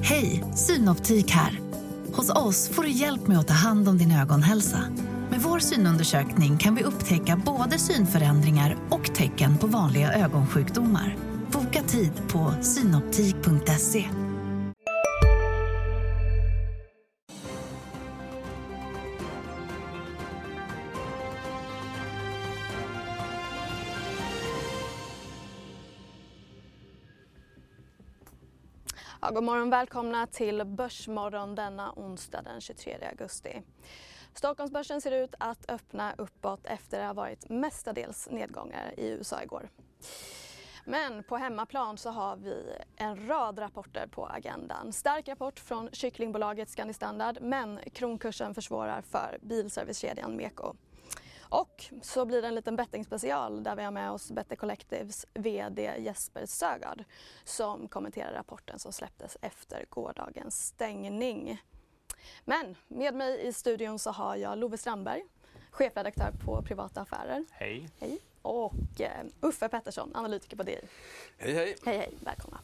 Hej, Synoptik här. Hos oss får du hjälp med att ta hand om din ögonhälsa. Med vår synundersökning kan vi upptäcka både synförändringar och tecken på vanliga ögonsjukdomar. Boka tid på synoptik.se. Ja, god morgon, välkomna till Börsmorgon denna onsdag den 23 augusti. Stockholmsbörsen ser ut att öppna uppåt efter att ha varit mestadels nedgångar i USA igår. Men på hemmaplan så har vi en rad rapporter på agendan. Stark rapport från kycklingbolaget Scandi Standard, men kronkursen försvårar för bilservicekedjan Meko. Och så blir det en liten bettingspecial där vi har med oss Better Collectives vd Jesper Sögaard som kommenterar rapporten som släpptes efter gårdagens stängning. Men med mig i studion så har jag Love Strandberg, chefredaktör på Privata Affärer. Hej. Hej. Och Uffe Pettersson, analytiker på DI. Hej, hej. Hej, hej. Välkomna.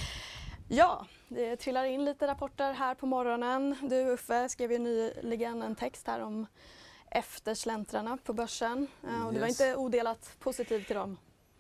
Ja, det trillar in lite rapporter här på morgonen. Du Uffe skrev ju nyligen en text här om eftersläntrarna på börsen. Och du var inte odelat positiv till dem.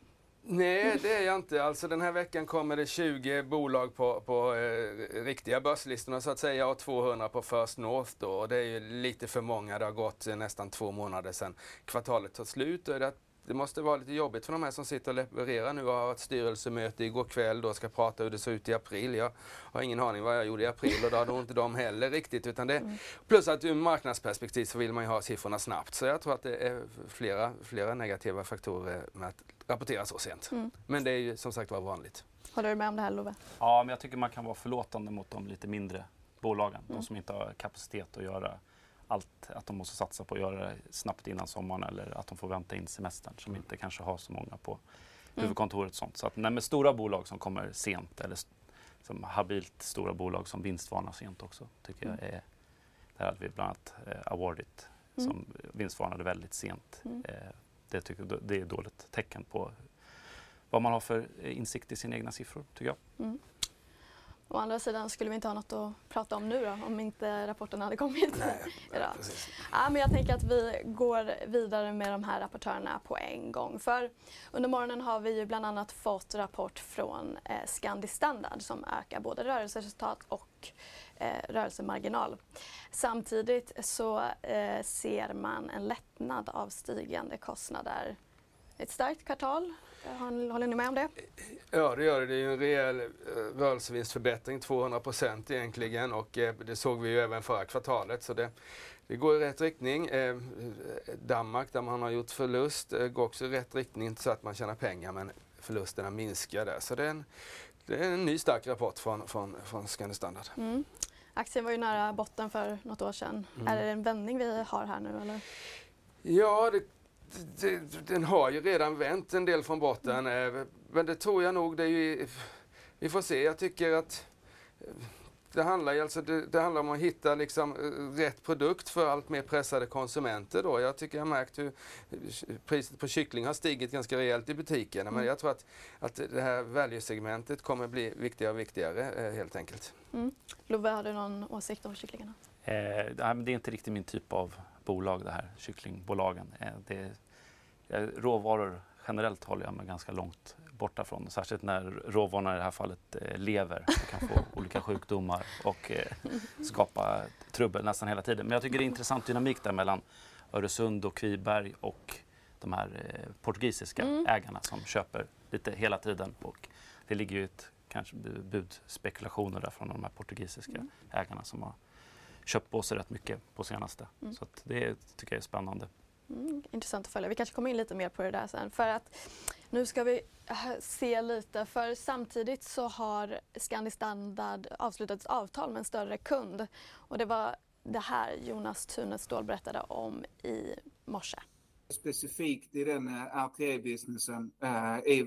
Nej, det är jag inte. Alltså den här veckan kommer det 20 bolag på riktiga börslistorna så att säga och 200 på First North då. Och det är ju lite för många. Det har gått nästan 2 månader sedan kvartalet tar slut. Och det måste vara lite jobbigt för de här som sitter och levererar nu och har ett styrelsemöte igår kväll då ska prata hur det ser ut i april. Jag har ingen aning vad jag gjorde i april och då hade inte de heller riktigt. Utan plus att ur marknadsperspektiv så vill man ju ha siffrorna snabbt. Så jag tror att det är flera negativa faktorer med att rapportera så sent. Men det är ju som sagt var vanligt. Håller du med om det här Love? Ja, men jag tycker man kan vara förlåtande mot de lite mindre bolagen. De som inte har kapacitet att göra allt, att de måste satsa på att göra det snabbt innan sommaren eller att de får vänta in semestern som inte kanske har så många på huvudkontoret och sånt. Så att med stora bolag som kommer sent eller som habilt stora bolag som vinstvarnar sent också tycker jag är, där hade vi bland annat Awardit som vinstvarnade väldigt sent. Det är ett dåligt tecken på vad man har för insikt i sina egna siffror tycker jag. Å andra sidan skulle vi inte ha något att prata om nu då, om inte rapporten hade kommit idag. Ja, men jag tänker att vi går vidare med de här rapportörerna på en gång. För under morgonen har vi ju bland annat fått rapport från Scandi Standard som ökar både rörelseresultat och rörelsemarginal. Samtidigt så ser man en lättnad av stigande kostnader. Ett starkt kvartal. Håller ni med om det? Ja, det gör det. Det är ju en rejäl rörelsevinstförbättring, 200% egentligen. Och det såg vi ju även förra kvartalet. Så det går i rätt riktning. Danmark, där man har gjort förlust, går också i rätt riktning så att man tjänar pengar men förlusterna minskar där. Så det är en ny stark rapport från Scandi Standard. Aktien var ju nära botten för något år sedan. Är det en vändning vi har här nu eller? Ja, den har ju redan vänt en del från botten, men det tror jag nog, vi får se. Jag tycker att det handlar om att hitta liksom rätt produkt för allt mer pressade konsumenter då. Jag tycker jag har märkt hur priset på kyckling har stigit ganska rejält i butikerna, men jag tror att det här value-segmentet kommer bli viktigare och viktigare helt enkelt. Love, har du någon åsikt om kycklingarna? Det är inte riktigt min typ av bolag det här, kycklingbolagen. Råvaror generellt håller jag mig ganska långt borta från. Särskilt när råvarorna i det här fallet lever och kan få olika sjukdomar och skapa trubbel nästan hela tiden. Men jag tycker det är intressant dynamik där mellan Öresund och Kviberg och de här portugisiska ägarna som köper lite hela tiden. Och det ligger ju kanske budspekulationer där från de här portugisiska ägarna som har köpt på sig rätt mycket på senaste. Så att det tycker jag är spännande. Intressant att följa. Vi kanske kommer in lite mer på det där sen. För att nu ska vi se lite. För samtidigt så har Scandi Standard avslutat ett avtal med en större kund. Och det var det här Jonas Tunestål berättade om i morse. Specifikt i den RTA-businessen i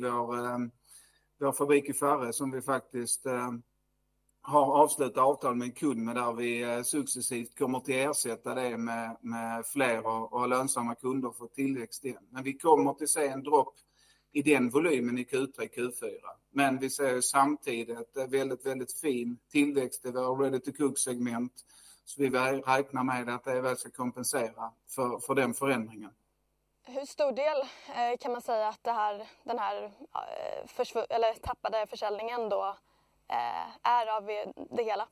vår fabrik i Farre som vi faktiskt har avslutat avtal med en kund med där vi successivt kommer att ersätta det med fler och lönsamma kunder för tillväxt igen. Men vi kommer att se en dropp i den volymen i Q3, Q4. Men vi ser samtidigt väldigt, väldigt fin tillväxt i vår ready to cook-segment. Så vi räknar med att det väl ska kompensera för den förändringen. Hur stor del kan man säga att den här tappade försäljningen då är av det hela?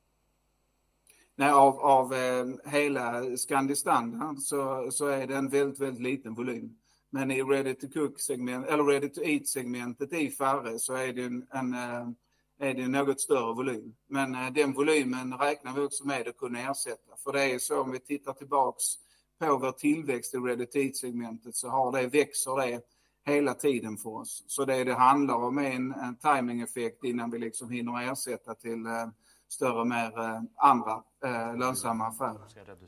Nej, av hela Scandi Standard så är det en väldigt, väldigt liten volym. Men i ready to cook-segment eller ready to eat-segmentet i Farre så är det en något större volym. Men den volymen räknar vi också med att kunna ersätta. För det är så om vi tittar tillbaks på vår tillväxt i ready to eat-segmentet så växer det hela tiden för oss. Så det handlar om en timing-effekt innan vi liksom hinner ersätta till större, mer andra lönsamma affärer.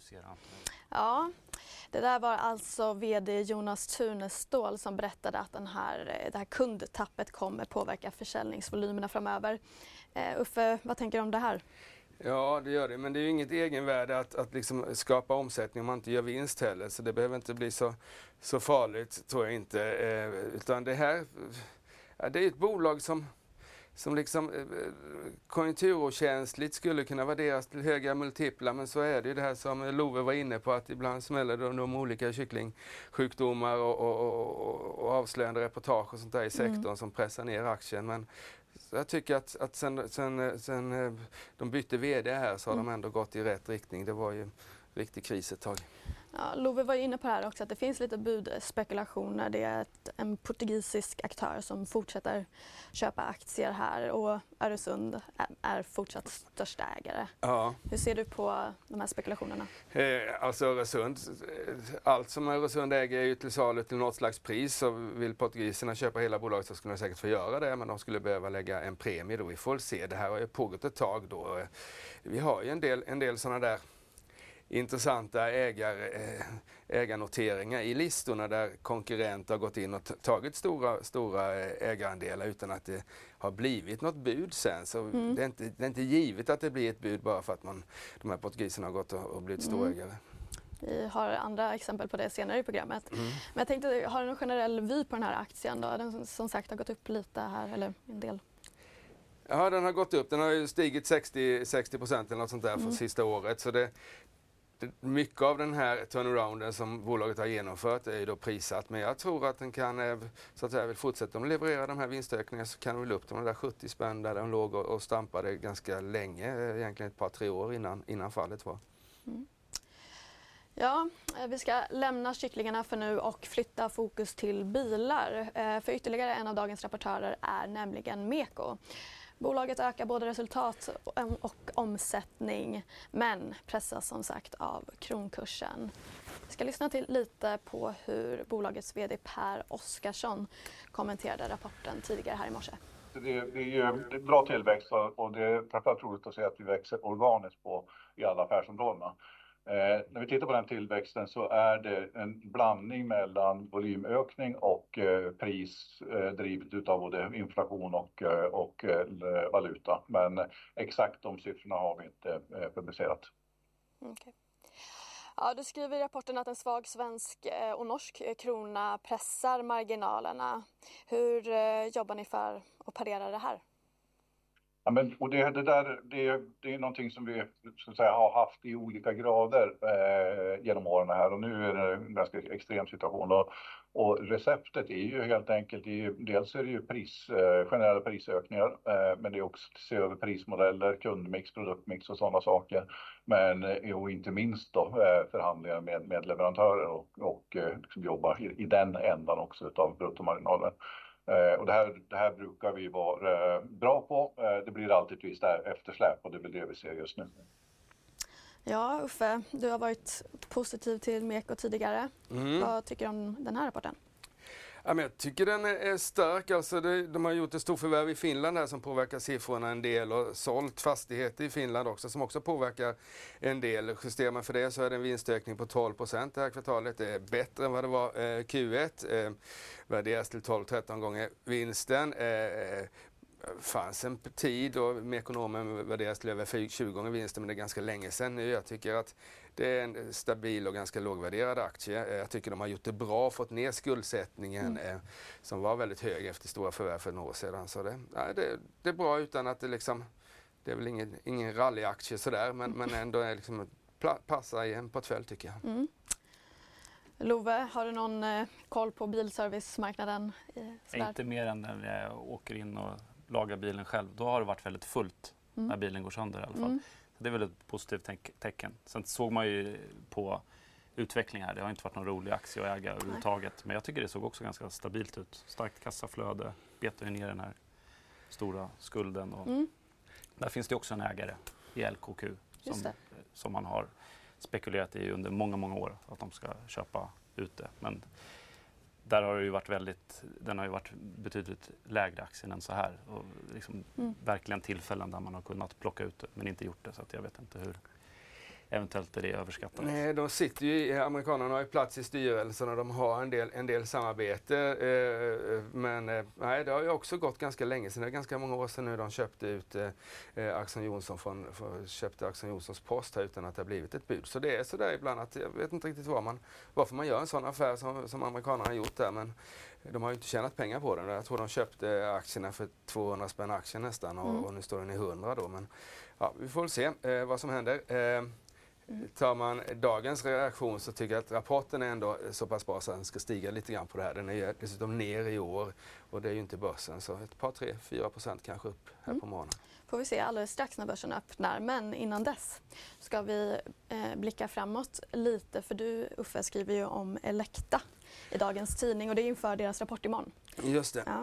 Ja, det där var alltså vd Jonas Tunestål som berättade att det här kundtappet kommer påverka försäljningsvolymerna framöver. Uffe, vad tänker du om det här? Ja, det gör det. Men det är ju inget egenvärde att liksom skapa omsättning om man inte gör vinst heller. Så det behöver inte bli så farligt, tror jag inte. Utan det här, det är ett bolag som liksom konjunkturokänsligt skulle kunna värderas till höga multiplar, men så är det ju det här som Love var inne på, att ibland smäller de olika kycklingsjukdomar och avslöjande reportage och sånt där i sektorn som pressar ner aktien. Men jag tycker att sen de bytte vd här så har de ändå gått i rätt riktning. Det var ju riktig kris ett tag. Ja, Love var inne på det här också, att det finns lite budspekulationer. Det är en portugisisk aktör som fortsätter köpa aktier här och Öresund är fortsatt största ägare. Ja. Hur ser du på de här spekulationerna? Alltså Öresund, allt som Öresund äger är ju till salu till något slags pris, så vill portugiserna köpa hela bolaget så skulle de säkert få göra det, men de skulle behöva lägga en premie då. Vi får se, det här har ju pågått ett tag då. Vi har ju en del sådana där intressanta ägarnoteringar i listorna där konkurrenter har gått in och tagit stora ägarandelar utan att det har blivit något bud sen. Så det är inte givet att det blir ett bud bara för att de här portugiserna har gått och blivit storägare. Vi har andra exempel på det senare i programmet. Men jag tänkte, har du någon generell vy på den här aktien då? Den som sagt har gått upp lite här, eller en del. Ja, den har gått upp. Den har ju stigit 60% eller något sånt där för sista året. Så mycket av den här turnarounden som bolaget har genomfört är ju då prissatt. Men jag tror att den kan, så att säga, vill fortsätta att leverera de här vinstökningarna, så kan de väl upp de där 70 spänn där de låg och stampade ganska länge, egentligen ett par 3 år innan fallet var. Ja, vi ska lämna kycklingarna för nu och flytta fokus till bilar. För ytterligare en av dagens rapportörer är nämligen MEKO. Bolaget ökar både resultat och omsättning, men pressas som sagt av kronkursen. Vi ska lyssna till lite på hur bolagets vd Per Oskarsson kommenterade rapporten tidigare här i morse. Det är ju bra tillväxt och det är framförallt roligt att se att vi växer organiskt i alla affärsområdena. När vi tittar på den tillväxten så är det en blandning mellan volymökning och pris drivet utav både inflation och valuta. Men exakt de siffrorna har vi inte publicerat. Okay. Ja, du skriver i rapporten att en svag svensk och norsk krona pressar marginalerna. Hur jobbar ni för att parera det här? Ja, men, och det är någonting som vi så att säga, har haft i olika grader genom åren här, och nu är det en ganska extrem situation. Och receptet är ju helt enkelt, dels är det ju generella prisökningar, men det är också att se över prismodeller, kundmix, produktmix och sådana saker. Men och inte minst då förhandlingar med leverantörer och liksom jobba i den ändan också utav bruttomarginalen. Och det här brukar vi vara bra på. Det blir alltid ett visst eftersläp och det är väl det vi ser just nu. Ja, Uffe, du har varit positiv till MEKO tidigare. Vad tycker du om den här rapporten? Ja, men jag tycker den är stark. Alltså de har gjort ett stort förvärv i Finland här som påverkar siffrorna en del, och sålt fastigheter i Finland också som också påverkar en del. Justerar man för det så är det en vinstökning på 12% det här kvartalet. Det är bättre än vad det var Q1. Värderas till 12-13 gånger vinsten. fanns en tid och med ekonomen värderas till över 20 gånger vinsten, men det är ganska länge sedan nu. Jag tycker att det är en stabil och ganska lågvärderad aktie. Jag tycker de har gjort det bra, fått ner skuldsättningen som var väldigt hög efter stora förvärv för några år sedan. Så det är bra utan att det liksom, det är väl ingen rallyaktie sådär, men ändå är liksom passa i en portfölj tycker jag. Mm. Love, har du någon koll på bilservicemarknaden? Inte mer än när jag åker in och lagar bilen själv. Då har det varit väldigt fullt när bilen går sönder i alla fall. Så det är väl ett positivt tecken. Sen såg man ju på utveckling här. Det har inte varit någon rolig aktie att äga överhuvudtaget. Men jag tycker det såg också ganska stabilt ut. Starkt kassaflöde, betar ner den här stora skulden. Och där finns det också en ägare i LKQ som man har spekulerat i under många år att de ska köpa ut det. Men där har det ju varit den har ju varit betydligt lägre aktien än så här. Och liksom verkligen tillfällen där man har kunnat plocka ut det men inte gjort det. Så att jag vet inte hur eventuellt är det överskattat. Nej, de sitter ju, amerikanerna har ju plats i styrelsen och de har en del samarbete. Men nej, det har ju också gått ganska länge sedan. Det är ganska många år sedan nu de köpte ut Axel Johnson köpte Axel Johnsons post här utan att det har blivit ett bud. Så det är så där ibland att jag vet inte riktigt varför man gör en sån affär som amerikanerna har gjort där. Men de har ju inte tjänat pengar på den. Jag tror de köpte aktierna för 200 spänn aktien nästan och nu står den i 100 då. Men ja, vi får väl se vad som händer. Tar man dagens reaktion så tycker jag att rapporten är ändå så pass bra så att den ska stiga lite grann på det här. Den är dessutom ner i år och det är ju inte börsen så ett par 3-4% kanske upp här på morgonen. Får vi se alldeles strax när börsen öppnar, men innan dess ska vi blicka framåt lite för du Uffe skriver ju om Elekta i dagens tidning och det är inför deras rapport imorgon. Just det.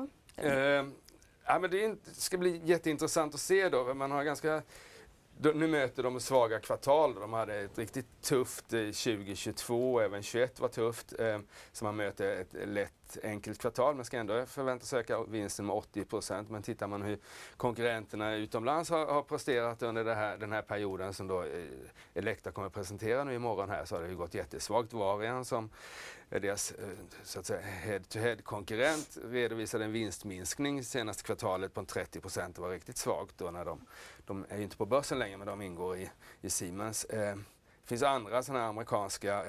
Men det ska bli jätteintressant att se då. Man har ganska nu möter de svaga kvartal. De hade ett riktigt tufft 2022, även 2021 var tufft. Så man möter ett lätt enkelt kvartal. Man ska ändå förväntas öka vinsten med 80%. Men tittar man hur konkurrenterna utomlands har presterat under den här perioden som då Elekta kommer att presentera nu imorgon här så har det ju gått jättesvagt. Varian som deras så att säga head-to-head-konkurrent redovisade en vinstminskning senaste kvartalet på 30%. Det var riktigt svagt då när de är ju inte på börsen längre men de ingår i Siemens. Det finns andra sådana här amerikanska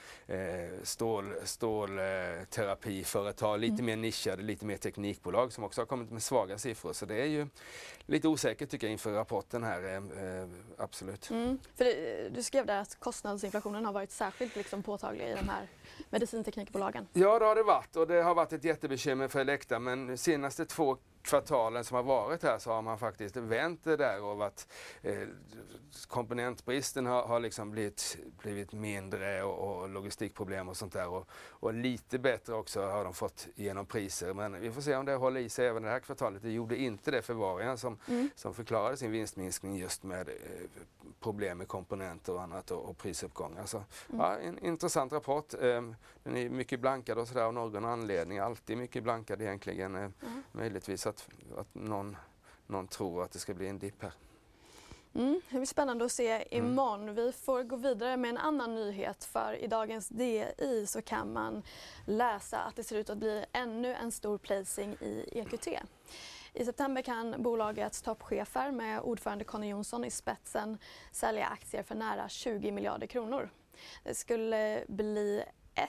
stålterapiföretag, lite mer nischade, lite mer teknikbolag som också har kommit med svaga siffror. Så det är ju lite osäkert tycker jag inför rapporten här, absolut. För du skrev där att kostnadsinflationen har varit särskilt liksom påtaglig i de här medicinteknikbolagen. Ja, det har det varit och det har varit ett jättebekymmer för Elekta men de senaste 2 kvartalen som har varit här så har man faktiskt vänt det där och att komponentbristen har liksom blivit mindre och logistikproblem och sånt där och lite bättre också har de fått igenom priser men vi får se om det håller i sig även det här kvartalet. Det gjorde inte det för Varian som förklarade sin vinstminskning just med problem med komponenter och annat och prisuppgångar. Så ja, en intressant rapport. Den är mycket blankad och sådär av någon anledning. Alltid mycket blankad egentligen. Möjligtvis att någon tror att det ska bli en dipp här. Det blir spännande att se imorgon. Vi får gå vidare med en annan nyhet för i dagens DI så kan man läsa att det ser ut att bli ännu en stor placing i EQT. I september kan bolagets toppchefer med ordförande Conny Jonsson i spetsen sälja aktier för nära 20 miljarder kronor. Det skulle bli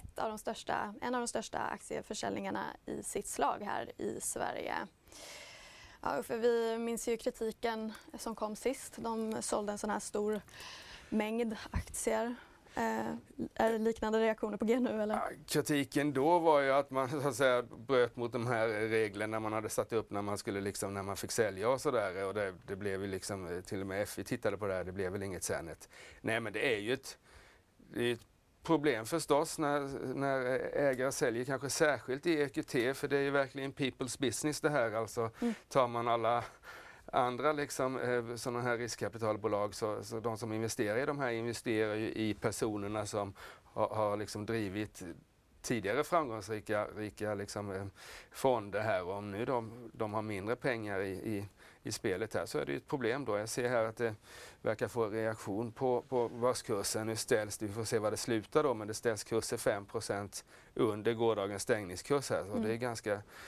en av de största aktieförsäljningarna i sitt slag här i Sverige. Ja, för vi minns ju kritiken som kom sist. De sålde en sån här stor mängd aktier. Är det liknande reaktioner på G nu eller? Ja, kritiken då var ju att man så att säga bröt mot de här reglerna man hade satt upp när man skulle liksom, när man fick sälja och sådär och det blev ju liksom till och med FI tittade på det här, det blev väl inget sen. Nej men det är ju ett problem förstås när ägare säljer, kanske särskilt i EQT för det är ju verkligen people's business det här, alltså tar man alla andra liksom, sådana här riskkapitalbolag så de som investerar i de här investerar ju i personerna som har liksom drivit tidigare framgångsrika liksom, fonder här och om nu de har mindre pengar i spelet här så är det ju ett problem då. Jag ser här att det verkar få reaktion på börskursen. Nu ställs det, vi får se vad det slutar då, men det ställs kurser 5% under gårdagens stängningskurs här. Så det är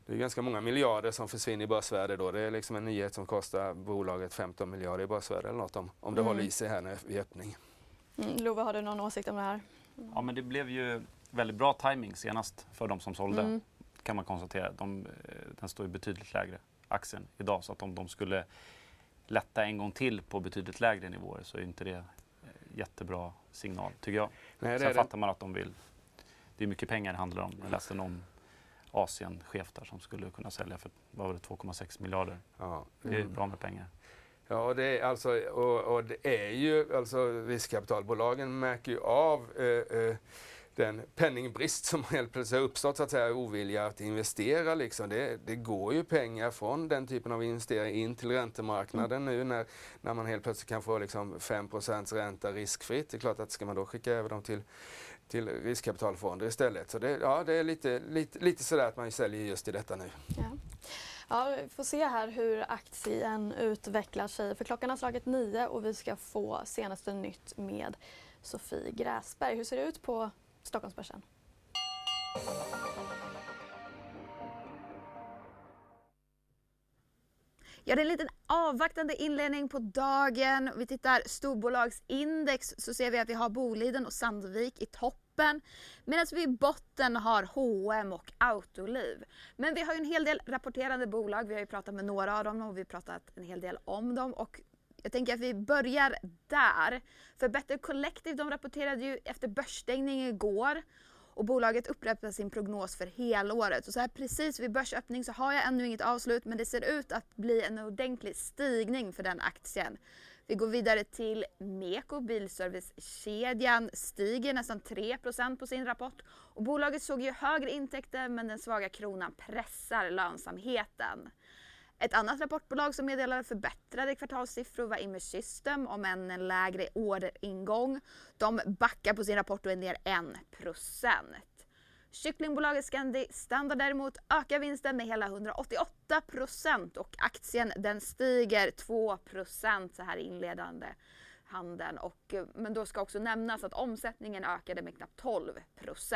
Det är ganska många miljarder som försvinner i börsvärde då. Det är liksom en nyhet som kostar bolaget 15 miljarder i börsvärde eller något om det håller i sig här vid öppning. Love, har du någon åsikt om det här? Ja, men det blev ju väldigt bra timing senast för de som sålde, kan man konstatera. Den står ju betydligt lägre, aktien, idag. Så att om de skulle lätta en gång till på betydligt lägre nivåer så är inte det jättebra signal, tycker jag. Nej, sen fattar man att de vill. Det är mycket pengar det handlar om. Jag läste någon Asien-chef där som skulle kunna sälja för 2,6 miljarder. Ja. Det är bra med pengar. Ja, det är alltså, och det är ju, alltså riskkapitalbolagen märker ju av den penningbrist som helt plötsligt har uppstått, så att säga, ovilja att investera liksom. Det går ju pengar från den typen av investering in till räntemarknaden nu när man helt plötsligt kan få liksom 5% ränta riskfritt. Det är klart att ska man då skicka över dem till riskkapitalfonder istället. Så det är lite sådär att man säljer just i detta nu. Ja, vi får se här hur aktien utvecklar sig. För klockan har slagit 9 och vi ska få senaste nytt med Sofie Gräsberg. Hur ser det ut på Stockholmsbörsen? Ja, det är en liten avvaktande inledning på dagen. Vi tittar storbolagsindex så ser vi att vi har Boliden och Sandvik i toppen. Medan vi i botten har H&M och Autoliv. Men vi har ju en hel del rapporterande bolag. Vi har ju pratat med några av dem och vi har pratat en hel del om dem. Och jag tänker att vi börjar där. För Better Collective, de rapporterade ju efter börsstängning igår. Och bolaget upprepar sin prognos för helåret. Och så här precis vid börsöppning så har jag ännu inget avslut. Men det ser ut att bli en ordentlig stigning för den aktien. Vi går vidare till Meko, bilservicekedjan, stiger nästan 3% på sin rapport. Och bolaget såg ju högre intäkter men den svaga kronan pressar lönsamheten. Ett annat rapportbolag som meddelade förbättrade kvartalssiffror var Image System om en lägre orderingång. De backar på sin rapport och är ner 1%. Kycklingbolaget Scandi Standard däremot ökar vinsten med hela 188% och aktien den stiger 2% så här inledande handeln. Men då ska också nämnas att omsättningen ökade med knappt 12%.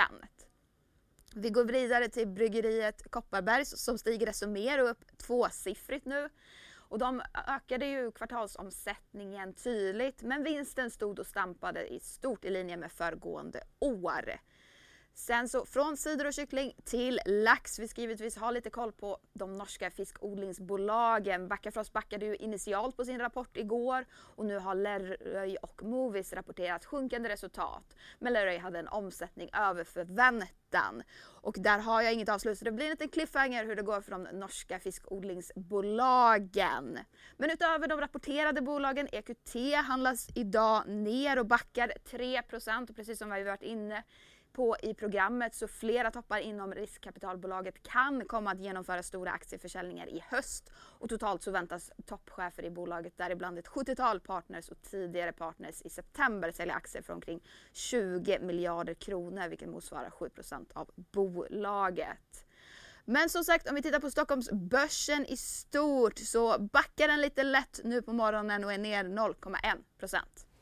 Vi går vidare till bryggeriet Kopparbergs som stiger desto mer och upp 2-siffrigt nu. Och de ökade ju kvartalsomsättningen tydligt men vinsten stod och stampade i stort i linje med föregående år. Sen så från cider och kyckling till lax. Vi ska givetvis ha lite koll på de norska fiskodlingsbolagen. Backafrost backade ju initialt på sin rapport igår och nu har Lerøy och Movies rapporterat sjunkande resultat. Men Lerøy hade en omsättning över förväntan. Och där har jag inget avslut så det blir en liten cliffhanger hur det går för de norska fiskodlingsbolagen. Men utöver de rapporterade bolagen, EQT handlas idag ner och backar 3% och precis som vi har varit inne på i programmet så flera toppar inom riskkapitalbolaget kan komma att genomföra stora aktieförsäljningar i höst och totalt så väntas toppchefer i bolaget däribland ett 70-tal partners och tidigare partners i september sälja aktier för omkring 20 miljarder kronor vilket motsvarar 7% av bolaget. Men som sagt, om vi tittar på Stockholmsbörsen i stort så backar den lite lätt nu på morgonen och är ner 0,1%.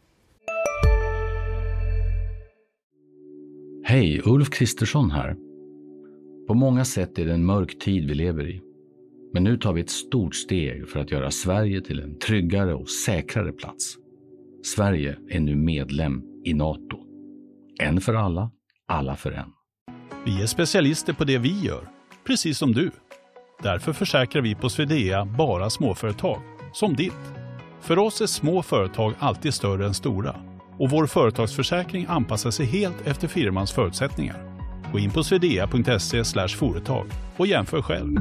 Hej, Ulf Kristersson här. På många sätt är det en mörk tid vi lever i. Men nu tar vi ett stort steg för att göra Sverige till en tryggare och säkrare plats. Sverige är nu medlem i NATO. En för alla, alla för en. Vi är specialister på det vi gör, precis som du. Därför försäkrar vi på Swedea bara småföretag, som ditt. För oss är små företag alltid större än stora. Och vår företagsförsäkring anpassar sig helt efter firmans förutsättningar. Gå in på swedea.se/företag och jämför själv.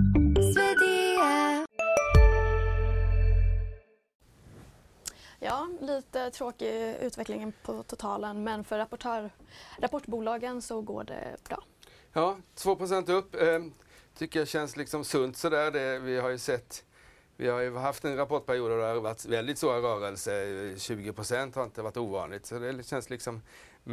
Ja, lite tråkig utveckling på totalen men för rapportbolagen så går det bra. Ja, 2% upp tycker jag känns liksom sunt sådär. Vi har ju haft en rapportperiod där det har varit väldigt stora rörelser. 20% har inte varit ovanligt. Så det känns liksom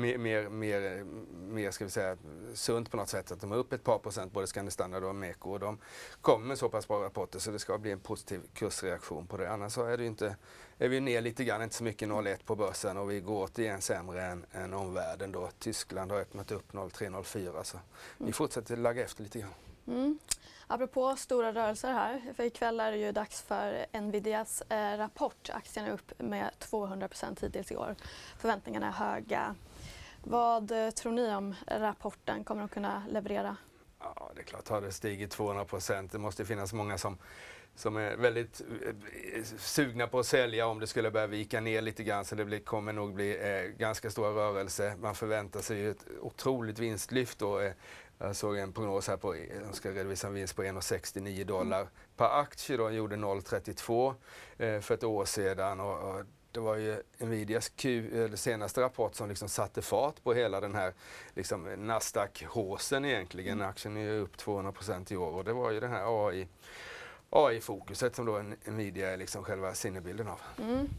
mer ska vi säga, sunt på något sätt. Att de är upp ett par procent, både Scandi Standard och Meko. Och de kommer med så pass bra rapporter så det ska bli en positiv kursreaktion på det. Annars så är vi ner lite grann, inte så mycket 0,1 på börsen. Och vi går återigen sämre än omvärlden då. Tyskland har öppnat upp 0,3-0,4. Så vi fortsätter lagga efter lite grann. Apropå stora rörelser här, för ikväll är det ju dags för Nvidias rapport. Aktien är upp med 200% hittills i år. Förväntningarna är höga. Vad tror ni om rapporten? Kommer de kunna leverera? Ja, det är klart, har det stigit 200%. Det måste finnas många som är väldigt sugna på att sälja om det skulle börja vika ner lite grann. Så det kommer nog bli ganska stora rörelser. Man förväntar sig ju ett otroligt vinstlyft då. Jag såg en prognos här på, de ska redovisa en vinst på $1,69 per aktie. De gjorde 0,32 för ett år sedan. Och det var ju Nvidias senaste rapport som liksom satte fart på hela den här liksom Nasdaq-håsen egentligen. Aktien är ju upp 200% i år och det var ju den här AI-fokuset som då Nvidia är liksom själva sinnebilden av.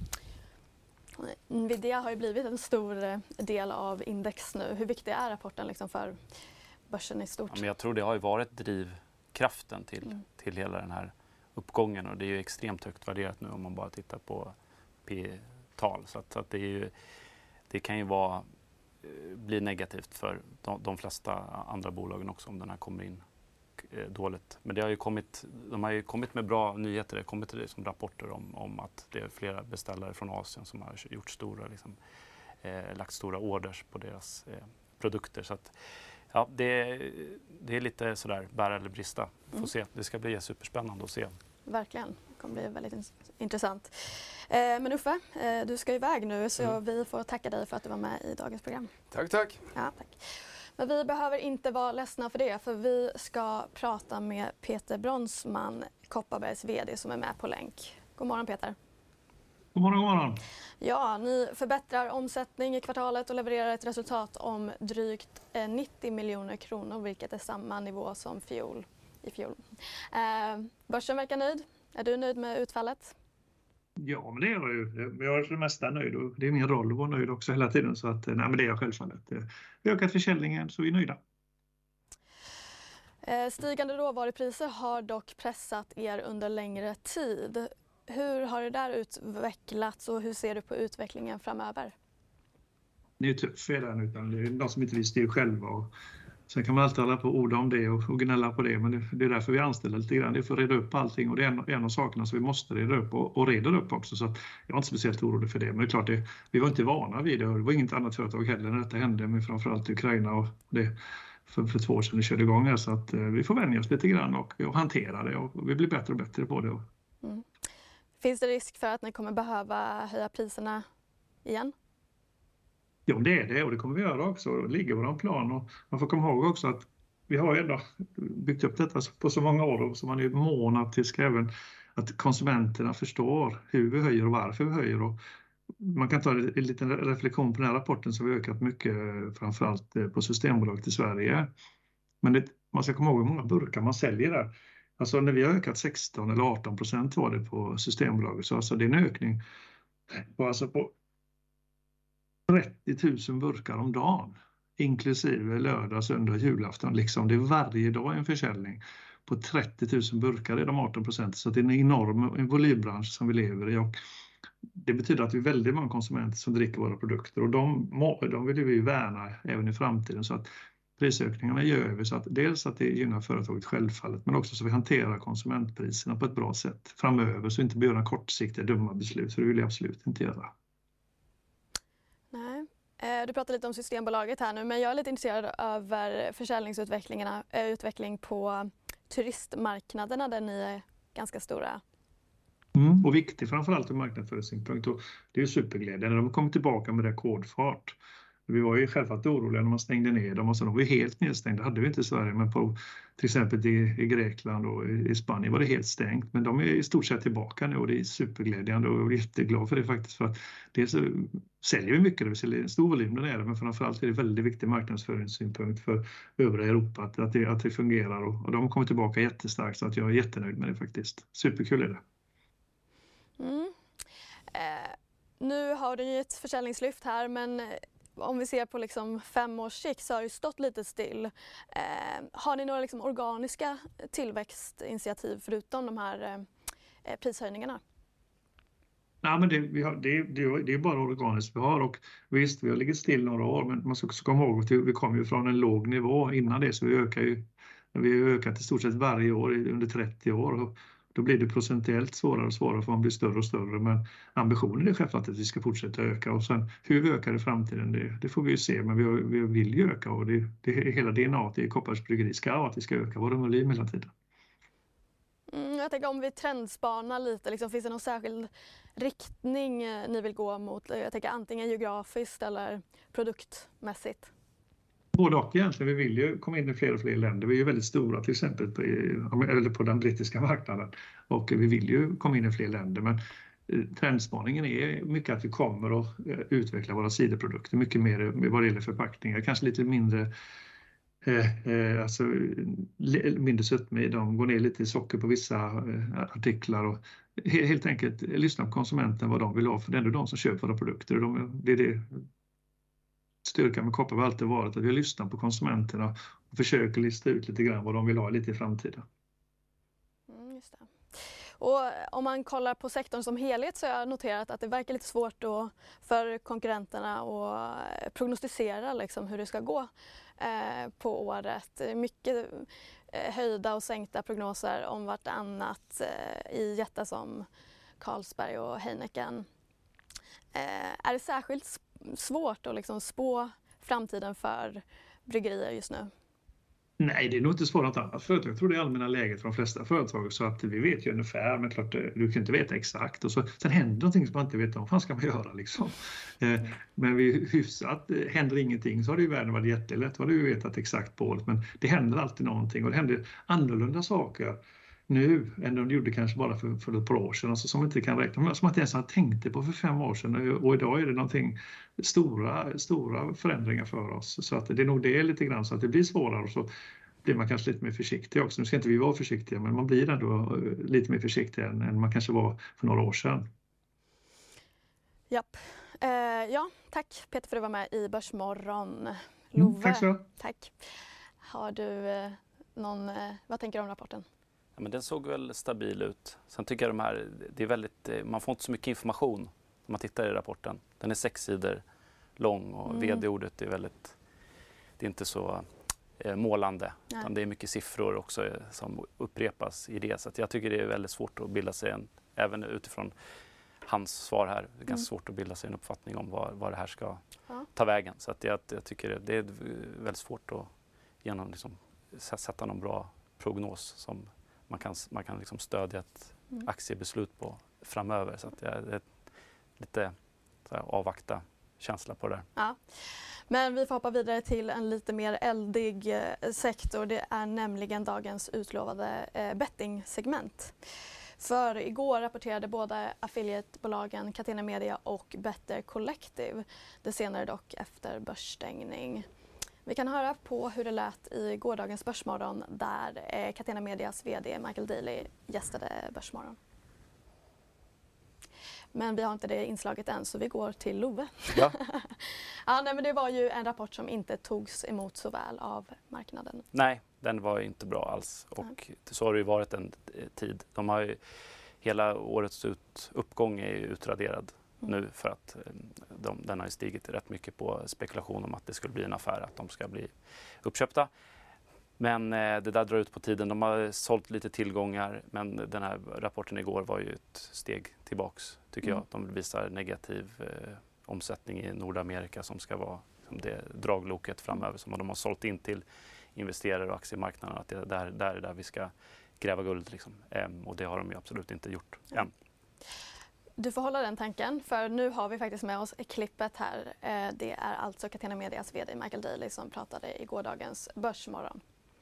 Nvidia har ju blivit en stor del av index nu. Hur viktig är rapporten liksom för börsen i stort? Ja, men jag tror det har ju varit drivkraften till hela den här uppgången och det är ju extremt högt värderat nu om man bara tittar på P-tal. Så att det kan ju bli negativt för de flesta andra bolagen också om den här kommer in dåligt. Men de har ju kommit med bra nyheter. Det har kommit som rapporter om att det är flera beställare från Asien som har gjort lagt stora orders på deras produkter. Så att, ja, det är lite sådär bära eller brista. Får se. Det ska bli superspännande att se. Verkligen. Det kommer bli väldigt intressant. Men Uffe, du ska iväg nu så vi får tacka dig för att du var med i dagens program. Tack. Ja, tack. Men vi behöver inte vara ledsna för det, för vi ska prata med Peter Bronsman, Kopparbergs vd, som är med på länk. God morgon Peter. God morgon. Ja, ni förbättrar omsättning i kvartalet och levererar ett resultat om drygt 90 miljoner kronor, vilket är samma nivå som i fjol. Börsen verkar nöjd. Är du nöjd med utfallet? Ja, men det är jag ju. Jag är för det mesta nöjd och det är min roll att vara nöjd också hela tiden. Så att, men det är jag självfallet. Vi har ökat försäljningen så vi är nöjda. Stigande råvarupriser har dock pressat er under längre tid. Hur har det där utvecklats och hur ser du på utvecklingen framöver? Det är tufft redan, utan det är de som inte vill styra själva. Och sen kan man alltid hålla på och orda om det och gnälla på det, men det är därför vi anställer lite grann. Det är för att reda upp allting och det är en av sakerna som vi måste reda upp och reda upp också. Så att jag är inte speciellt orolig för det, men det är klart, vi var inte vana vid det och det var inget annat företag heller när detta hände, men framförallt Ukraina och det för 2 år sedan det körde igång här. Så att vi får vänja oss lite grann och hantera det och vi blir bättre och bättre på det. Finns det risk för att ni kommer behöva höja priserna igen? Ja, det är det och det kommer vi göra också. Det ligger våran plan och man får komma ihåg också att vi har ändå byggt upp detta på så många år och så man är månad till även att konsumenterna förstår hur vi höjer och varför vi höjer. Och man kan ta en liten reflektion på den här rapporten så vi har ökat mycket framförallt på Systembolaget i Sverige. Men man ska komma ihåg hur många burkar man säljer där. Alltså när vi har ökat 16 eller 18% var det på Systembolaget så alltså det är en ökning på 30 000 burkar om dagen, inklusive lördag, söndag och julafton. Liksom. Det är varje dag en försäljning på 30 000 burkar, det är de 18%. Så det är en enorm volymbransch som vi lever i. Och det betyder att vi är väldigt många konsumenter som dricker våra produkter. Och de vill vi värna även i framtiden. Så att prisökningarna gör vi så att dels att det gynnar företaget självfallet, men också så vi hanterar konsumentpriserna på ett bra sätt framöver. Så inte blir några kortsiktiga dumma beslut, för det vill jag absolut inte göra. Nej. Du pratar lite om Systembolaget här nu, men jag är lite intresserad över utveckling på turistmarknaderna där ni är ganska stora. Och viktig framförallt ur marknadsföringssynpunkt. Och det är ju superglädjande. De har kommit tillbaka med rekordfart. Vi var ju självfallet oroliga när man stängde ner dem och så de var helt nedstängda. Det hade vi inte i Sverige, men på till exempel i Grekland och i Spanien var det helt stängt. Men de är i stort sett tillbaka nu och det är superglädjande och jag är jätteglad för det faktiskt. För att dels säljer vi mycket, det säljer en stor volym där nere, men framförallt är det väldigt viktig marknadsföringssynpunkt för övriga Europa att det fungerar och de kommer tillbaka jättestarkt så att jag är jättenöjd med det faktiskt. Superkul är det. Nu har du ju ett försäljningslyft här, men om vi ser på liksom 5 års sikt så har det stått lite still. Har ni några liksom organiska tillväxtinitiativ förutom de här prishöjningarna? Ja, men det är bara organiskt vi har och visst, vi har legat still några år, men man ska också komma ihåg att vi kom ju från en låg nivå innan det, så vi ökar ju Vi har ökat i stort sett varje år under 30 år. Och då blir det procentuellt svårare och svårare för man blir större och större. Men ambitionen är självklart att vi ska fortsätta öka. Och sen hur vi ökar i framtiden, det får vi ju se. Men vi vill ju öka och det är hela DNA i Kopparbergs Bryggeri ska vara att vi ska öka vår volym hela tiden. Jag tänker om vi trendspanar lite, liksom, finns det någon särskild riktning ni vill gå mot? Jag tänker antingen geografiskt eller produktmässigt. Både och egentligen. Vi vill ju komma in i fler och fler länder. Vi är ju väldigt stora till exempel på den brittiska marknaden och vi vill ju komma in i fler länder. Men trendspaningen är mycket att vi kommer att utveckla våra sidoprodukter mycket mer vad det gäller förpackningar. Kanske lite mindre mindre sötme i dem, går ner lite i socker på vissa artiklar och helt enkelt lyssna på konsumenten vad de vill ha, för det är ändå de som köper våra produkter. Det är det styrkan med Kopparberg har alltid varit, att vi lyssnar på konsumenterna och försöker lista ut lite grann vad de vill ha lite i framtiden. Just det. Och om man kollar på sektorn som helhet så har jag noterat att det verkar lite svårt då för konkurrenterna att prognostisera liksom hur det ska gå på året. Mycket höjda och sänkta prognoser om vartannat i jättar som Carlsberg och Heineken. Är det särskilt svårt att liksom spå framtiden för bryggerier just nu? Nej, det är nog inte svårt att annat företag. Jag tror det är allmänna läget för de flesta företag, så att vi vet ju ungefär, men klart du kan inte veta exakt. Och så, sen händer någonting som man inte vet om, vad ska man göra liksom. Men vi hyfsat, händer ingenting så har det ju världen varit jättelätt, vad du vetat exakt på året. Men det händer alltid någonting och det händer annorlunda saker nu än de gjorde kanske bara för ett par år sedan, alltså som inte kan räkna med, som man inte ens hade tänkt på för 5 år sedan, och idag är det någonting stora förändringar för oss, så att det är nog det lite grann, så att det blir svårare och så blir man kanske lite mer försiktig också. Nu ska inte vi vara försiktiga, men man blir ändå lite mer försiktig än man kanske var för några år sedan. Japp. Ja, tack Peter för att du var med i Börsmorgon. Love, tack så. Tack. Har du vad tänker du om rapporten? Ja, men den såg väl stabil ut. Sen tycker jag det är väldigt, man får inte så mycket information när man tittar i rapporten. Den är 6 sidor lång och vd-ordet är väldigt, det är inte så målande. Utan det är mycket siffror också som upprepas i det. Så att jag tycker det är väldigt svårt att bilda sig även utifrån hans svar här, det är ganska svårt att bilda sig en uppfattning om vad det här ska ta vägen. Så att jag tycker det är väldigt svårt att sätta någon bra prognos som man kan liksom stödja ett aktiebeslut på framöver. Så att det är lite avvakta känsla på det där. Ja. Men vi får hoppa vidare till en lite mer eldig sektor. Det är nämligen dagens utlovade bettingsegment. För igår rapporterade båda affiliatebolagen Catena Media och Better Collective. Det senare dock efter börsstängning. Vi kan höra på hur det lät i gårdagens Börsmorgon där Catena Medias vd Michael Daly gästade Börsmorgon. Men vi har inte det inslaget än, så vi går till Love. Ja. Men det var ju en rapport som inte togs emot så väl av marknaden. Nej, den var inte bra alls. Och så har det ju varit en tid. De har ju, hela årets uppgång är utraderad nu för att den har stigit rätt mycket på spekulation om att det skulle bli en affär, att de ska bli uppköpta. Men det där drar ut på tiden. De har sålt lite tillgångar, men den här rapporten igår var ju ett steg tillbaks, tycker jag. De visar negativ omsättning i Nordamerika som ska vara det dragloket framöver som de har sålt in till investerare och aktiemarknaden. Att det är där vi ska gräva guld. Liksom. Och det har de ju absolut inte gjort än. Du får hålla den tanken, för nu har vi faktiskt med oss klippet här. Det är alltså Catena Medias vd Michael Daly som pratade i gårdagens Börsmorgon.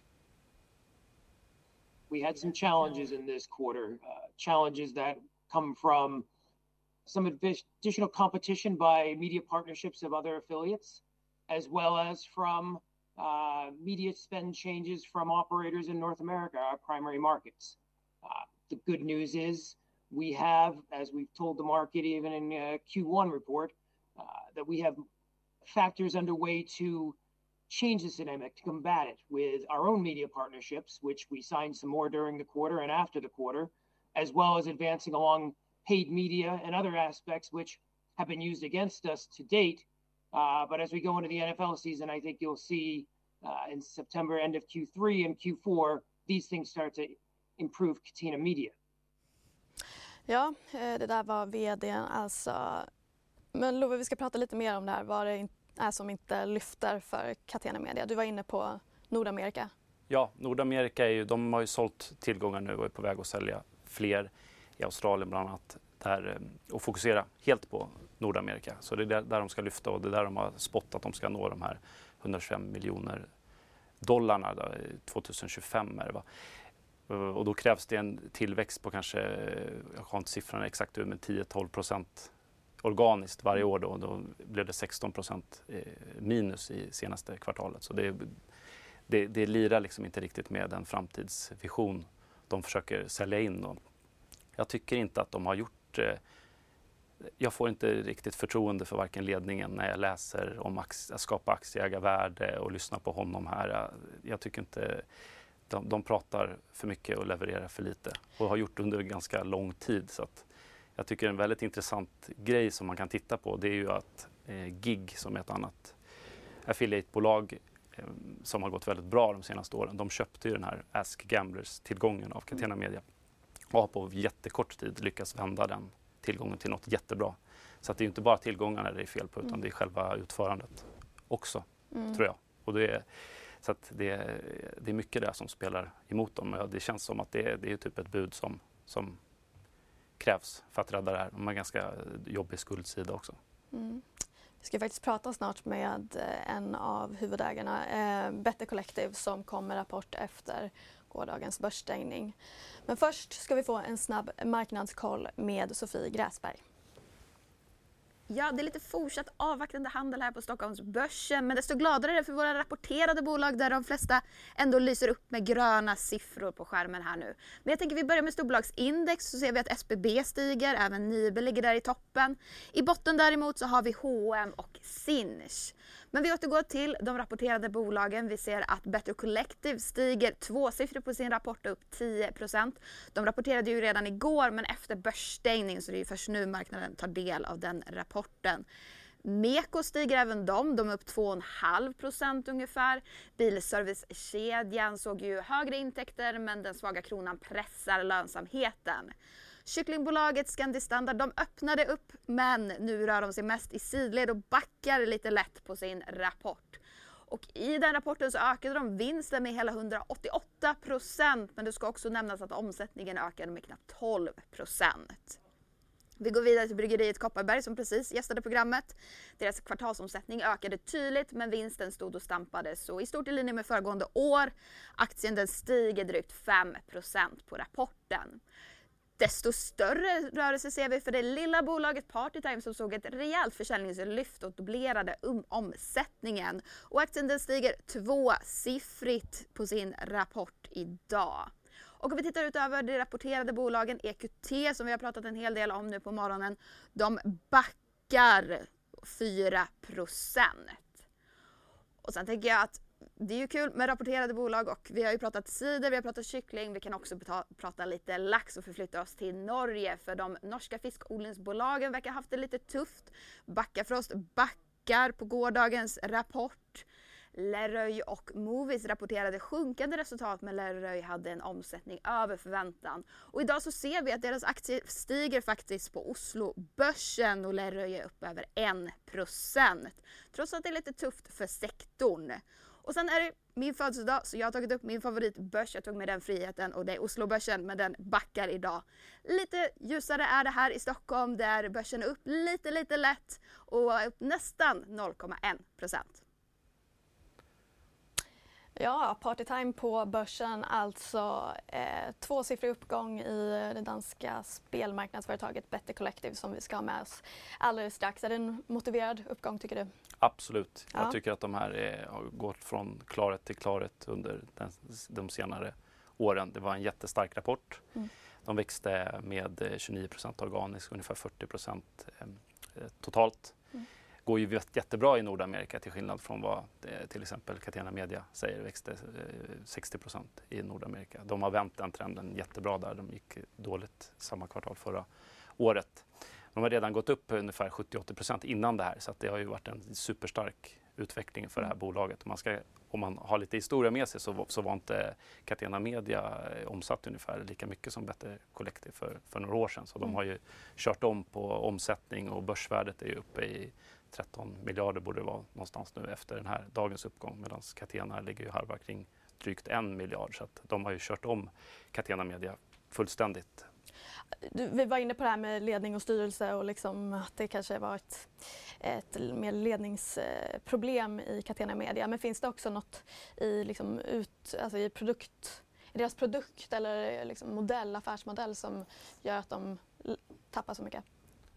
We had some challenges in this quarter, challenges that come from some additional competition by media partnerships of other affiliates, as well as from media spend changes from operators in North America, our primary markets. The good news is we have, as we've told the market even in Q1 report, that we have factors underway to change this dynamic, to combat it with our own media partnerships, which we signed some more during the quarter and after the quarter, as well as advancing along paid media and other aspects which have been used against us to date. But as we go into the NFL season, I think you'll see in September, end of Q3 and Q4, these things start to improve Catena Media. Ja, det där var vdn alltså. Men Love, vi ska prata lite mer om det här. Vad det är som inte lyfter för Catena Media. Du var inne på Nordamerika. Ja, Nordamerika de har ju sålt tillgångar nu och är på väg att sälja fler i Australien bland annat. Och fokusera helt på Nordamerika. Så det är där de ska lyfta och det är där de har spottat att de ska nå de här 125 miljoner dollarna 2025 är det, va? Och då krävs det en tillväxt på kanske, jag har inte siffrorna exakt men 10-12% organiskt varje år då blev det 16% minus i senaste kvartalet. Så det lirar liksom inte riktigt med den framtidsvision de försöker sälja in. Och jag tycker inte att de har gjort, jag får inte riktigt förtroende för varken ledningen när jag läser om att skapa aktieägarvärde och lyssna på honom här. Jag tycker inte, de pratar för mycket och levererar för lite och har gjort under ganska lång tid. Så att jag tycker en väldigt intressant grej som man kan titta på det är ju att GIG som är ett annat affiliate-bolag som har gått väldigt bra de senaste åren. De köpte ju den här Ask Gamblers-tillgången av Catena Media och har på jättekort tid lyckats vända den tillgången till något jättebra. Så att det är inte bara tillgångarna det är fel på utan det är själva utförandet också, tror jag. Och så att det är mycket där som spelar emot dem. Det känns som att det är typ ett bud som krävs för att rädda det här. De har ganska jobbig skuldsida också. Mm. Vi ska faktiskt prata snart med en av huvudägarna, Better Collective, som kom med rapport efter gårdagens börsstängning. Men först ska vi få en snabb marknadskoll med Sofie Gräsberg. Ja, det är lite fortsatt avvaktande handel här på Stockholmsbörsen, men desto gladare är det för våra rapporterade bolag där de flesta ändå lyser upp med gröna siffror på skärmen här nu. Men jag tänker vi börjar med storbolagsindex så ser vi att SBB stiger, även Nibe ligger där i toppen. I botten däremot så har vi H&M och Sinch. Men vi återgår till de rapporterade bolagen. Vi ser att Better Collective stiger tvåsiffrigt på sin rapport upp 10%. De rapporterade ju redan igår men efter börsstängning så det är ju först nu marknaden tar del av den rapporten. Meko stiger även de är upp 2,5% ungefär. Bilservicekedjan såg ju högre intäkter men den svaga kronan pressar lönsamheten. Kycklingbolaget Scandi Standard, de öppnade upp men nu rör de sig mest i sidled och backar lite lätt på sin rapport. Och i den rapporten så ökade de vinsten med hela 188%, men det ska också nämnas att omsättningen ökade med knappt 12%. Vi går vidare till bryggeriet Kopparberg som precis gästade programmet. Deras kvartalsomsättning ökade tydligt men vinsten stod och stampade så i stort i linje med föregående år. Aktien den stiger drygt 5% på rapporten. Desto större rörelse ser vi för det lilla bolaget Partytime som såg ett rejält försäljningslyft och dubblerade omsättningen. Och aktien den stiger tvåsiffrigt på sin rapport idag. Och om vi tittar utöver de rapporterade bolagen, EQT som vi har pratat en hel del om nu på morgonen, de backar 4%. Och sen tänker jag att det är ju kul med rapporterade bolag och vi har ju pratat cider, vi har pratat kyckling, vi kan också prata lite lax och förflytta oss till Norge för de norska fiskodlingsbolagen verkar ha haft det lite tufft. Backafrost backar på gårdagens rapport. Lerøy och Movies rapporterade sjunkande resultat men Lerøy hade en omsättning över förväntan. Och idag så ser vi att deras aktier stiger faktiskt på Oslobörsen och Lerøy är upp över 1%. Trots att det är lite tufft för sektorn. Och sen är det min födelsedag så jag har tagit upp min favoritbörs. Jag tog med den friheten och det är Oslobörsen men den backar idag. Lite ljusare är det här i Stockholm där börsen är upp lite lätt och upp nästan 0,1%. Ja, Partytime på börsen, alltså tvåsiffrig uppgång i det danska spelmarknadsföretaget Better Collective som vi ska ha med oss alldeles strax. Är det en motiverad uppgång tycker du? Absolut. Ja. Jag tycker att de här har gått från klarhet till klarhet under de senare åren. Det var en jättestark rapport. De växte med 29% organiskt, ungefär 40% totalt. Går ju jättebra i Nordamerika till skillnad från vad till exempel Catena Media säger, växte 60% i Nordamerika. De har vänt den trenden jättebra där, de gick dåligt samma kvartal förra året. De har redan gått upp ungefär 70-80% innan det här så att det har ju varit en superstark utvecklingen för det här bolaget. Om man har lite historia med sig så var inte Catena Media omsatt ungefär lika mycket som Better Collective för några år sedan. Så de har ju kört om på omsättning och börsvärdet är ju uppe i 13 miljarder borde det vara någonstans nu efter den här dagens uppgång, medan Catena ligger ju harvar kring drygt 1 miljard. Så att de har ju kört om Catena Media fullständigt. Vi var inne på det här med ledning och styrelse och liksom att det kanske var ett mer ledningsproblem i Catena Media. Men finns det också något i, liksom i deras produkt eller liksom affärsmodell som gör att de tappar så mycket?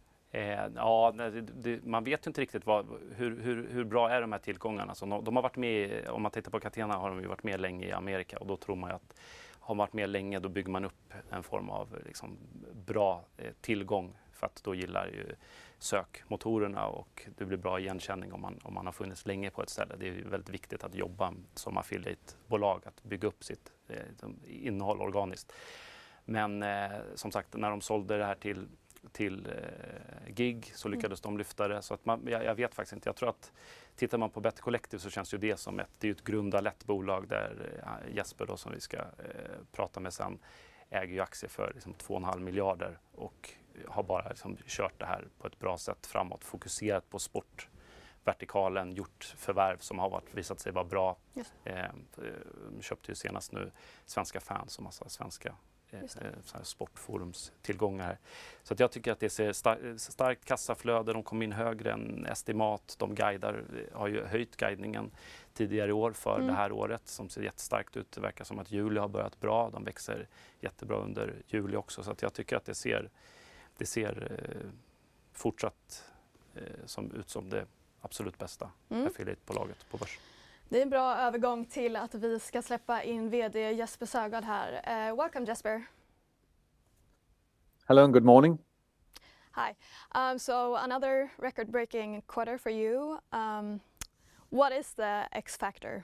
Man vet ju inte riktigt hur bra är de här tillgångarna. Så de har varit med, om man tittar på Catena har de ju varit med länge i Amerika och då tror man ju att har man varit med länge då bygger man upp en form av liksom bra tillgång för att då gillar ju sökmotorerna och det blir bra igenkänning om man har funnits länge på ett ställe. Det är ju väldigt viktigt att jobba som affiliate-bolag, att bygga upp sitt innehåll organiskt. Men som sagt, när de sålde det här till GIG så lyckades de lyfta det. Så att jag vet faktiskt inte. Jag tror att tittar man på Better Collective så känns ju det som ett grundarlätt bolag där Jesper då, som vi ska prata med sen, äger ju aktier för liksom 2,5 miljarder och har bara liksom kört det här på ett bra sätt framåt, fokuserat på sportvertikalen, gjort förvärv som har visat sig vara bra. Köpte ju senast nu Svenska Fans och massa svenska sportforumstillgångar. Så att jag tycker att det ser starkt kassaflöde, de kom in högre än estimat, de har ju höjt guidningen tidigare i år för det här året som ser jättestarkt ut. Det verkar som att juli har börjat bra, de växer jättebra under juli också, så att jag tycker att det ser fortsatt ut som det absolut bästa affiliate-bolaget på börsen. Det är en bra övergång till att vi ska släppa in VD Jesper Sögaard här. Welcome Jesper. Hello and good morning. Hi. So another record-breaking quarter for you. What is the X factor?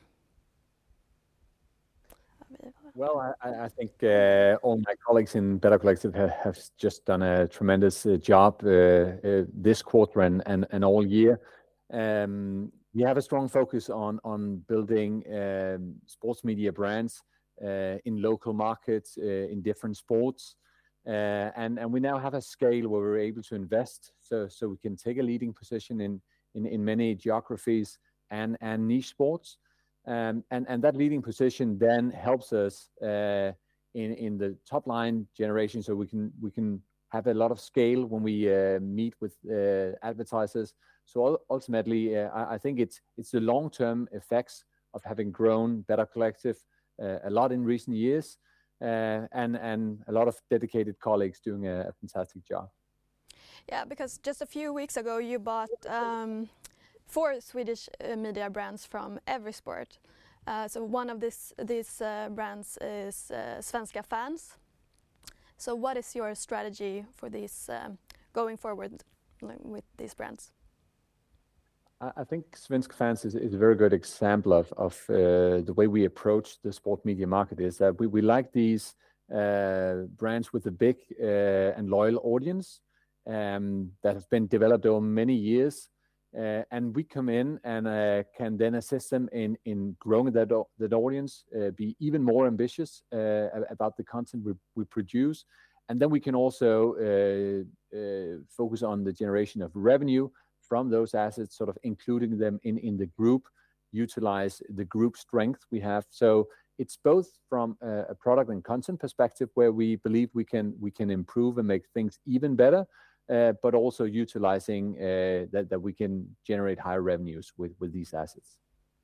Well, I think all my colleagues in Better Collective have just done a tremendous job this quarter and all year. We have a strong focus on building sports media brands in local markets in different sports. And we now have a scale where we're able to invest so we can take a leading position in many geographies and niche sports. And that leading position then helps us in the top line generation, so we can have a lot of scale when we meet with advertisers. So ultimately, I think it's the long-term effects of having grown Better Collective a lot in recent years, and a lot of dedicated colleagues doing a fantastic job. Yeah, because just a few weeks ago you bought 4 Swedish media brands from Everysport. So one of these brands is Svenska Fans. So what is your strategy for these going forward with these brands? I think Svenska Fans is a very good example of the way we approach the sport media market, is that we like these brands with a big and loyal audience that have been developed over many years. And we come in and can then assist them in growing that audience, be even more ambitious about the content we produce. And then we can also focus on the generation of revenue from those assets, sort of including them in the group, utilize the group strength we have. So it's both from a product and content perspective where we believe we can improve and make things even better, but also utilizing that we can generate higher revenues with these assets.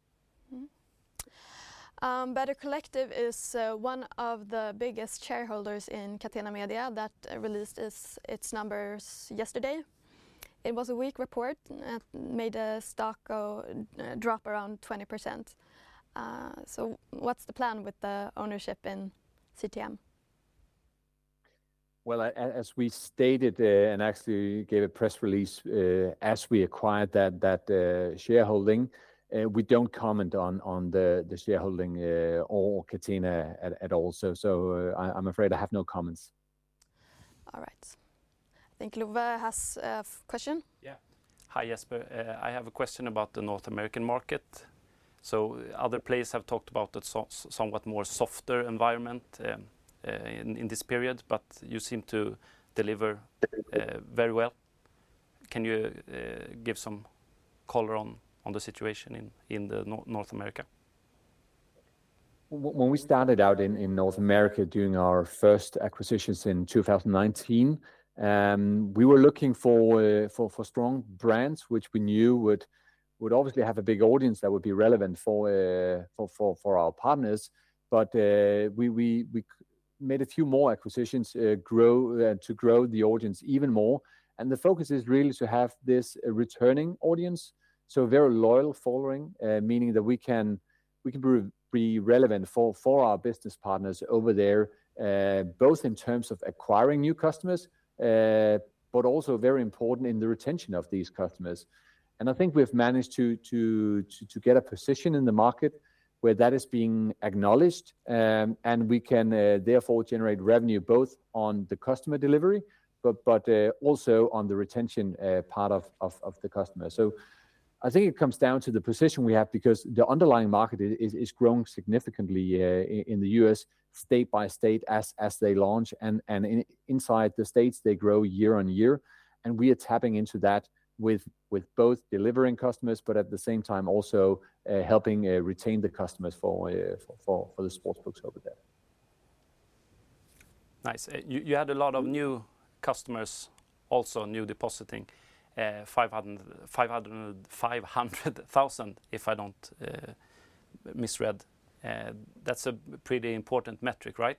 Better Collective is one of the biggest shareholders in Catena Media that released its numbers yesterday. It was a weak report that made the stock drop around 20%. So what's the plan with the ownership in CTM? Well, as we stated and actually gave a press release as we acquired that shareholding, we don't comment on the shareholding or Catena at all. So I'm afraid I have no comments. All right. I think Love has a question. Yeah. Hi Jesper, I have a question about the North American market. So other players have talked about a somewhat more softer environment in this period, but you seem to deliver very well. Can you give some color on the situation in the North America? When we started out in North America doing our first acquisitions in 2019, we were looking for strong brands which we knew would obviously have a big audience that would be relevant for our partners. But we made a few more acquisitions to grow the audience even more. And the focus is really to have this returning audience, so very loyal following, meaning that we can be relevant for our business partners over there, both in terms of acquiring new customers, but also very important in the retention of these customers. And I think we've managed to get a position in the market where that is being acknowledged, and we can therefore generate revenue both on the customer delivery, but also on the retention part of the customer. So I think it comes down to the position we have, because the underlying market is growing significantly in the US, state by state as they launch, and inside the states they grow year on year, and we are tapping into that with both delivering customers, but at the same time also helping retain the customers for the sportsbooks over there. Nice. You had a lot of new customers, also new depositing, 500,000 if I don't misread. That's a pretty important metric, right?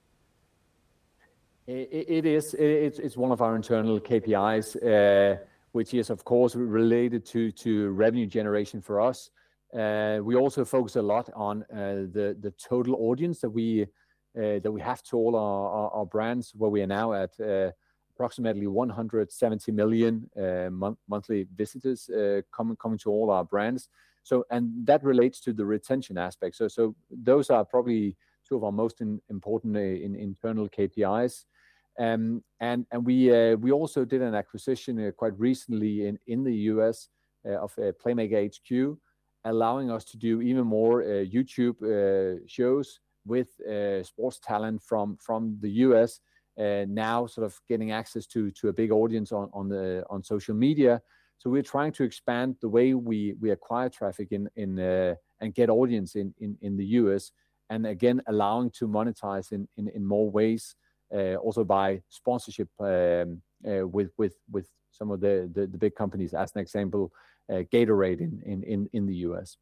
It is. It's one of our internal KPIs, which is of course related to revenue generation for us. We also focus a lot on the total audience that we have to all our brands, where we are now at approximately 170 million monthly visitors coming to all our brands. So, and that relates to the retention aspect. So those are probably two of our most important internal KPIs. And we also did an acquisition quite recently in the US of Playmaker HQ, allowing us to do even more YouTube shows with sports talent from the US. Now sort of getting access to a big audience on social media. So we're trying to expand the way we acquire traffic and get audience in the US, and again allowing to monetize in more ways, also by sponsorship with some of the big companies, as an example, Gatorade in the US.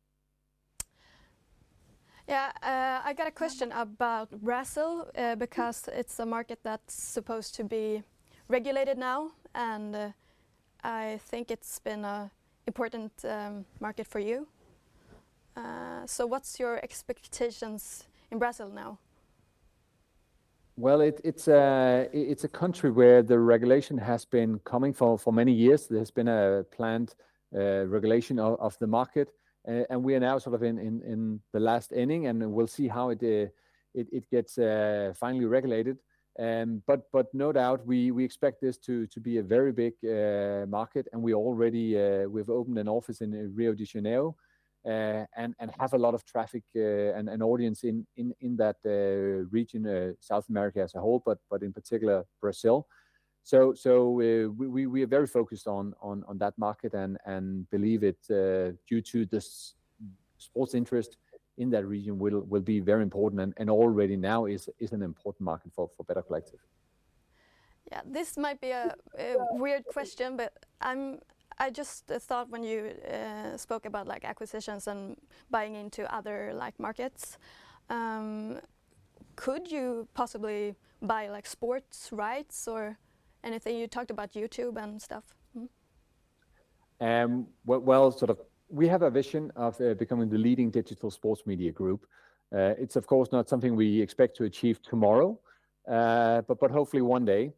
Yeah, I got a question about Brazil, because it's a market that's supposed to be regulated now, and I think it's been an important market for you. So what's your expectations in Brazil now? Well, it's a country where the regulation has been coming for many years. There's been a planned regulation of the market, and we are now sort of in the last inning, and we'll see how it gets finally regulated. But no doubt we expect this to be a very big market, and we've opened an office in Rio de Janeiro, and have a lot of traffic and audience in that region, South America as a whole, but in particular Brazil. So we are very focused on that market, and believe it, due to the sports interest in that region, will be very important, and already now is an important market for Better Collective. Yeah, this might be a weird question, but I just thought when you spoke about like acquisitions and buying into other like markets, could you possibly buy like sports rights or anything? You talked about YouTube and stuff. Well, sort of, we have a vision of becoming the leading digital sports media group. It's of course not something we expect to achieve tomorrow, but hopefully one day.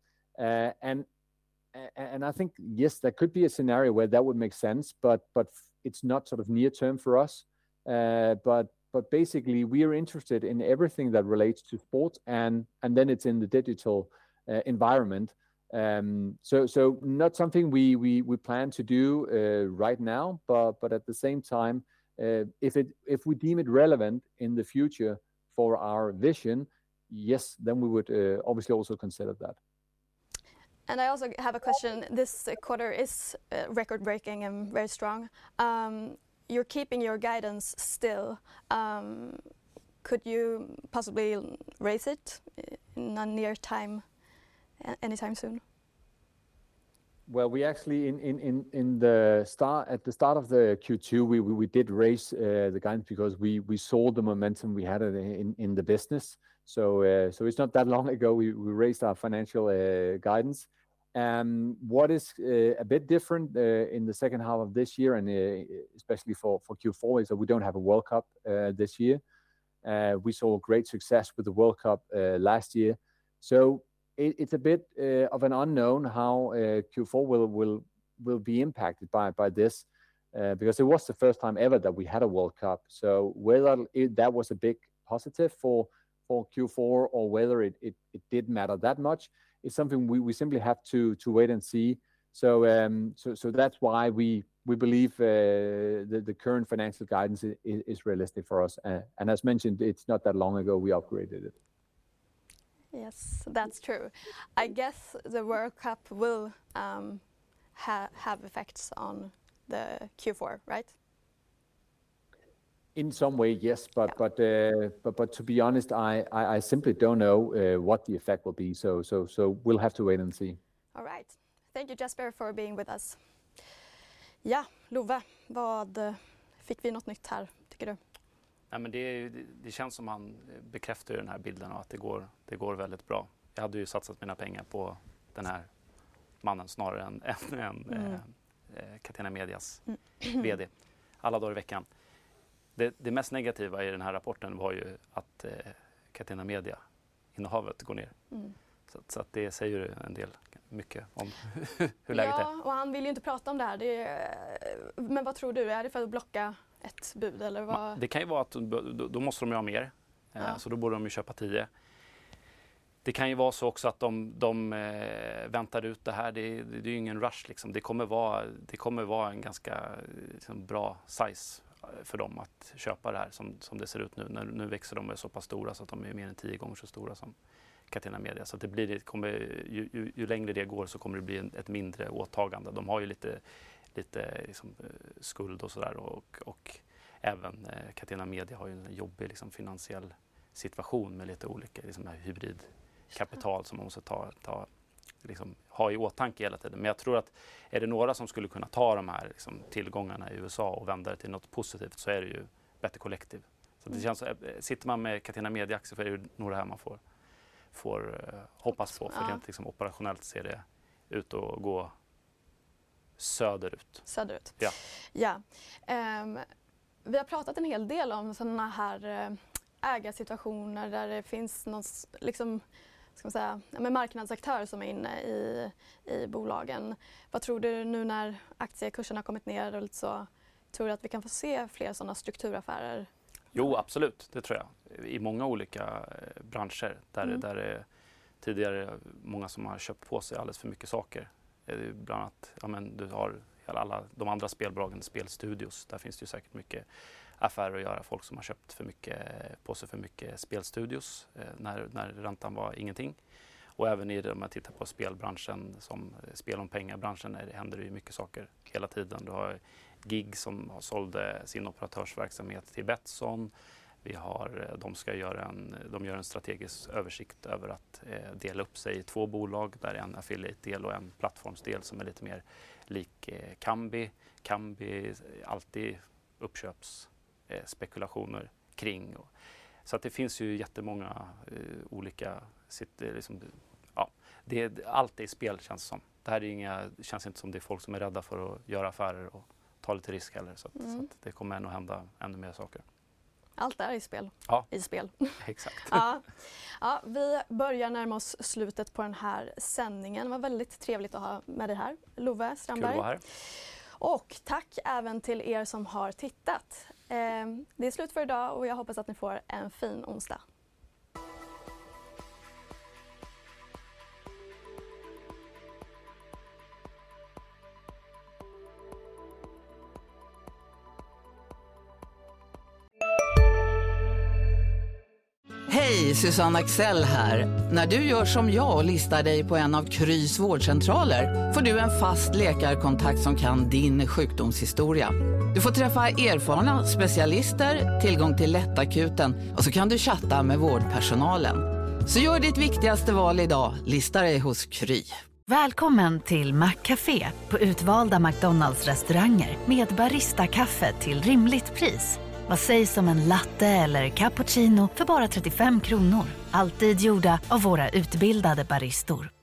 And I think, yes, there could be a scenario where that would make sense, but it's not sort of near term for us. But basically, we are interested in everything that relates to sports, and then it's in the digital environment. So not something we plan to do right now, but at the same time, if we deem it relevant in the future for our vision, yes, then we would obviously also consider that. And I also have a question. This quarter is record-breaking and very strong. You're keeping your guidance still. Could you possibly raise it in a near time, anytime soon? Well, we actually at the start of the Q2 we did raise the guidance because we saw the momentum we had in the business. So it's not that long ago we raised our financial guidance. What is a bit different in the second half of this year, and especially for Q4, is that we don't have a World Cup this year. We saw great success with the World Cup last year. So it's a bit of an unknown how Q4 will be impacted by this, because it was the first time ever that we had a World Cup. So whether that was a big positive for Q4 or whether it did matter that much is something we simply have to wait and see. So that's why we believe the current financial guidance is realistic for us. And as mentioned, it's not that long ago we upgraded it. Yes, that's true. I guess the World Cup will have effects on the Q4, right? In some way, yes, but to be honest, I simply don't know what the effect will be. So we'll have to wait and see. All right. Thank you, Jesper, for being with us. Ja, Love, fick vi något nytt här, tycker du? Nej, men det känns som han bekräftar den här bilden och att det går väldigt bra. Jag hade ju satsat mina pengar på den här mannen snarare än Catena Medias vd alla dagar i veckan. Det mest negativa i den här rapporten var ju att Catena Media innehavet går ner. Så att det säger ju en del mycket om hur läget är. Ja, och han vill ju inte prata om det här. Men vad tror du? Är det för att blocka ett bud? Eller vad? Det kan ju vara att då måste de ju ha mer. Så då borde de ju köpa 10. Det kan ju vara så också att de väntar ut det här. Det är ju ingen rush liksom. Det kommer vara en ganska liksom, bra size för dem att köpa det här som det ser ut nu. Nu växer de så pass stora så att de är mer än 10 gånger så stora som Catena Media. Så att ju längre det går så kommer det bli ett mindre åtagande. De har ju lite liksom, skuld och sådär och även Catena Media har ju en jobbig liksom, finansiell situation med lite olika liksom, hybridkapital som man måste ha i åtanke hela tiden. Men jag tror att är det några som skulle kunna ta de här liksom, tillgångarna i USA och vända det till något positivt så är det ju Better Collective. Så det känns, sitter man med Catena Media-aktier så är det nog det här man får hoppas på. För rent liksom, operationellt ser det ut att gå söderut. Ja. Vi har pratat en hel del om sådana här ägarsituationer där det finns någon liksom, ska man säga, marknadsaktör som är inne i bolagen. Vad tror du nu när aktiekurserna har kommit ner och lite så, tror du att vi kan få se fler sådana strukturaffärer? Jo, absolut, det tror jag. I många olika branscher där det är tidigare många som har köpt på sig alldeles för mycket saker. Bland annat, du har alla de andra spelbolagen, spelstudios, där finns det ju säkert mycket affärer att göra. Folk som har köpt på sig för mycket spelstudios när räntan var ingenting. Och även om man tittar på spelbranschen, som spel om pengar-branschen, händer det ju mycket saker hela tiden. Du har GIG som sålde sin operatörsverksamhet till Betsson. De gör en strategisk översikt över att dela upp sig i 2 bolag, där en affiliate-del och en plattformsdel som är lite mer lik Kambi. Kambi alltid uppköpsspekulationer kring. Så att det finns ju jättemånga olika allt är i spel, känns som. Det här känns inte som det är folk som är rädda för att göra affärer och ta lite risk heller. Så att det kommer nog hända ännu mer saker. Allt är i spel. Ja, i spel. Exakt. Ja, vi börjar närma oss slutet på den här sändningen. Det var väldigt trevligt att ha med dig här, Love Strandberg. Kul att vara här. Och tack även till er som har tittat. Det är slut för idag och jag hoppas att ni får en fin onsdag. Hej, Susanne Axel här. När du gör som jag och listar dig på en av Krys vårdcentraler får du en fast läkarkontakt som kan din sjukdomshistoria. Du får träffa erfarna specialister, tillgång till lättakuten och så kan du chatta med vårdpersonalen. Så gör ditt viktigaste val idag, lista dig hos Kry. Välkommen till Maccafé på utvalda McDonalds-restauranger med Barista-kaffe till rimligt pris. Vad sägs om en latte eller cappuccino för bara 35 kronor? Alltid gjorda av våra utbildade baristor.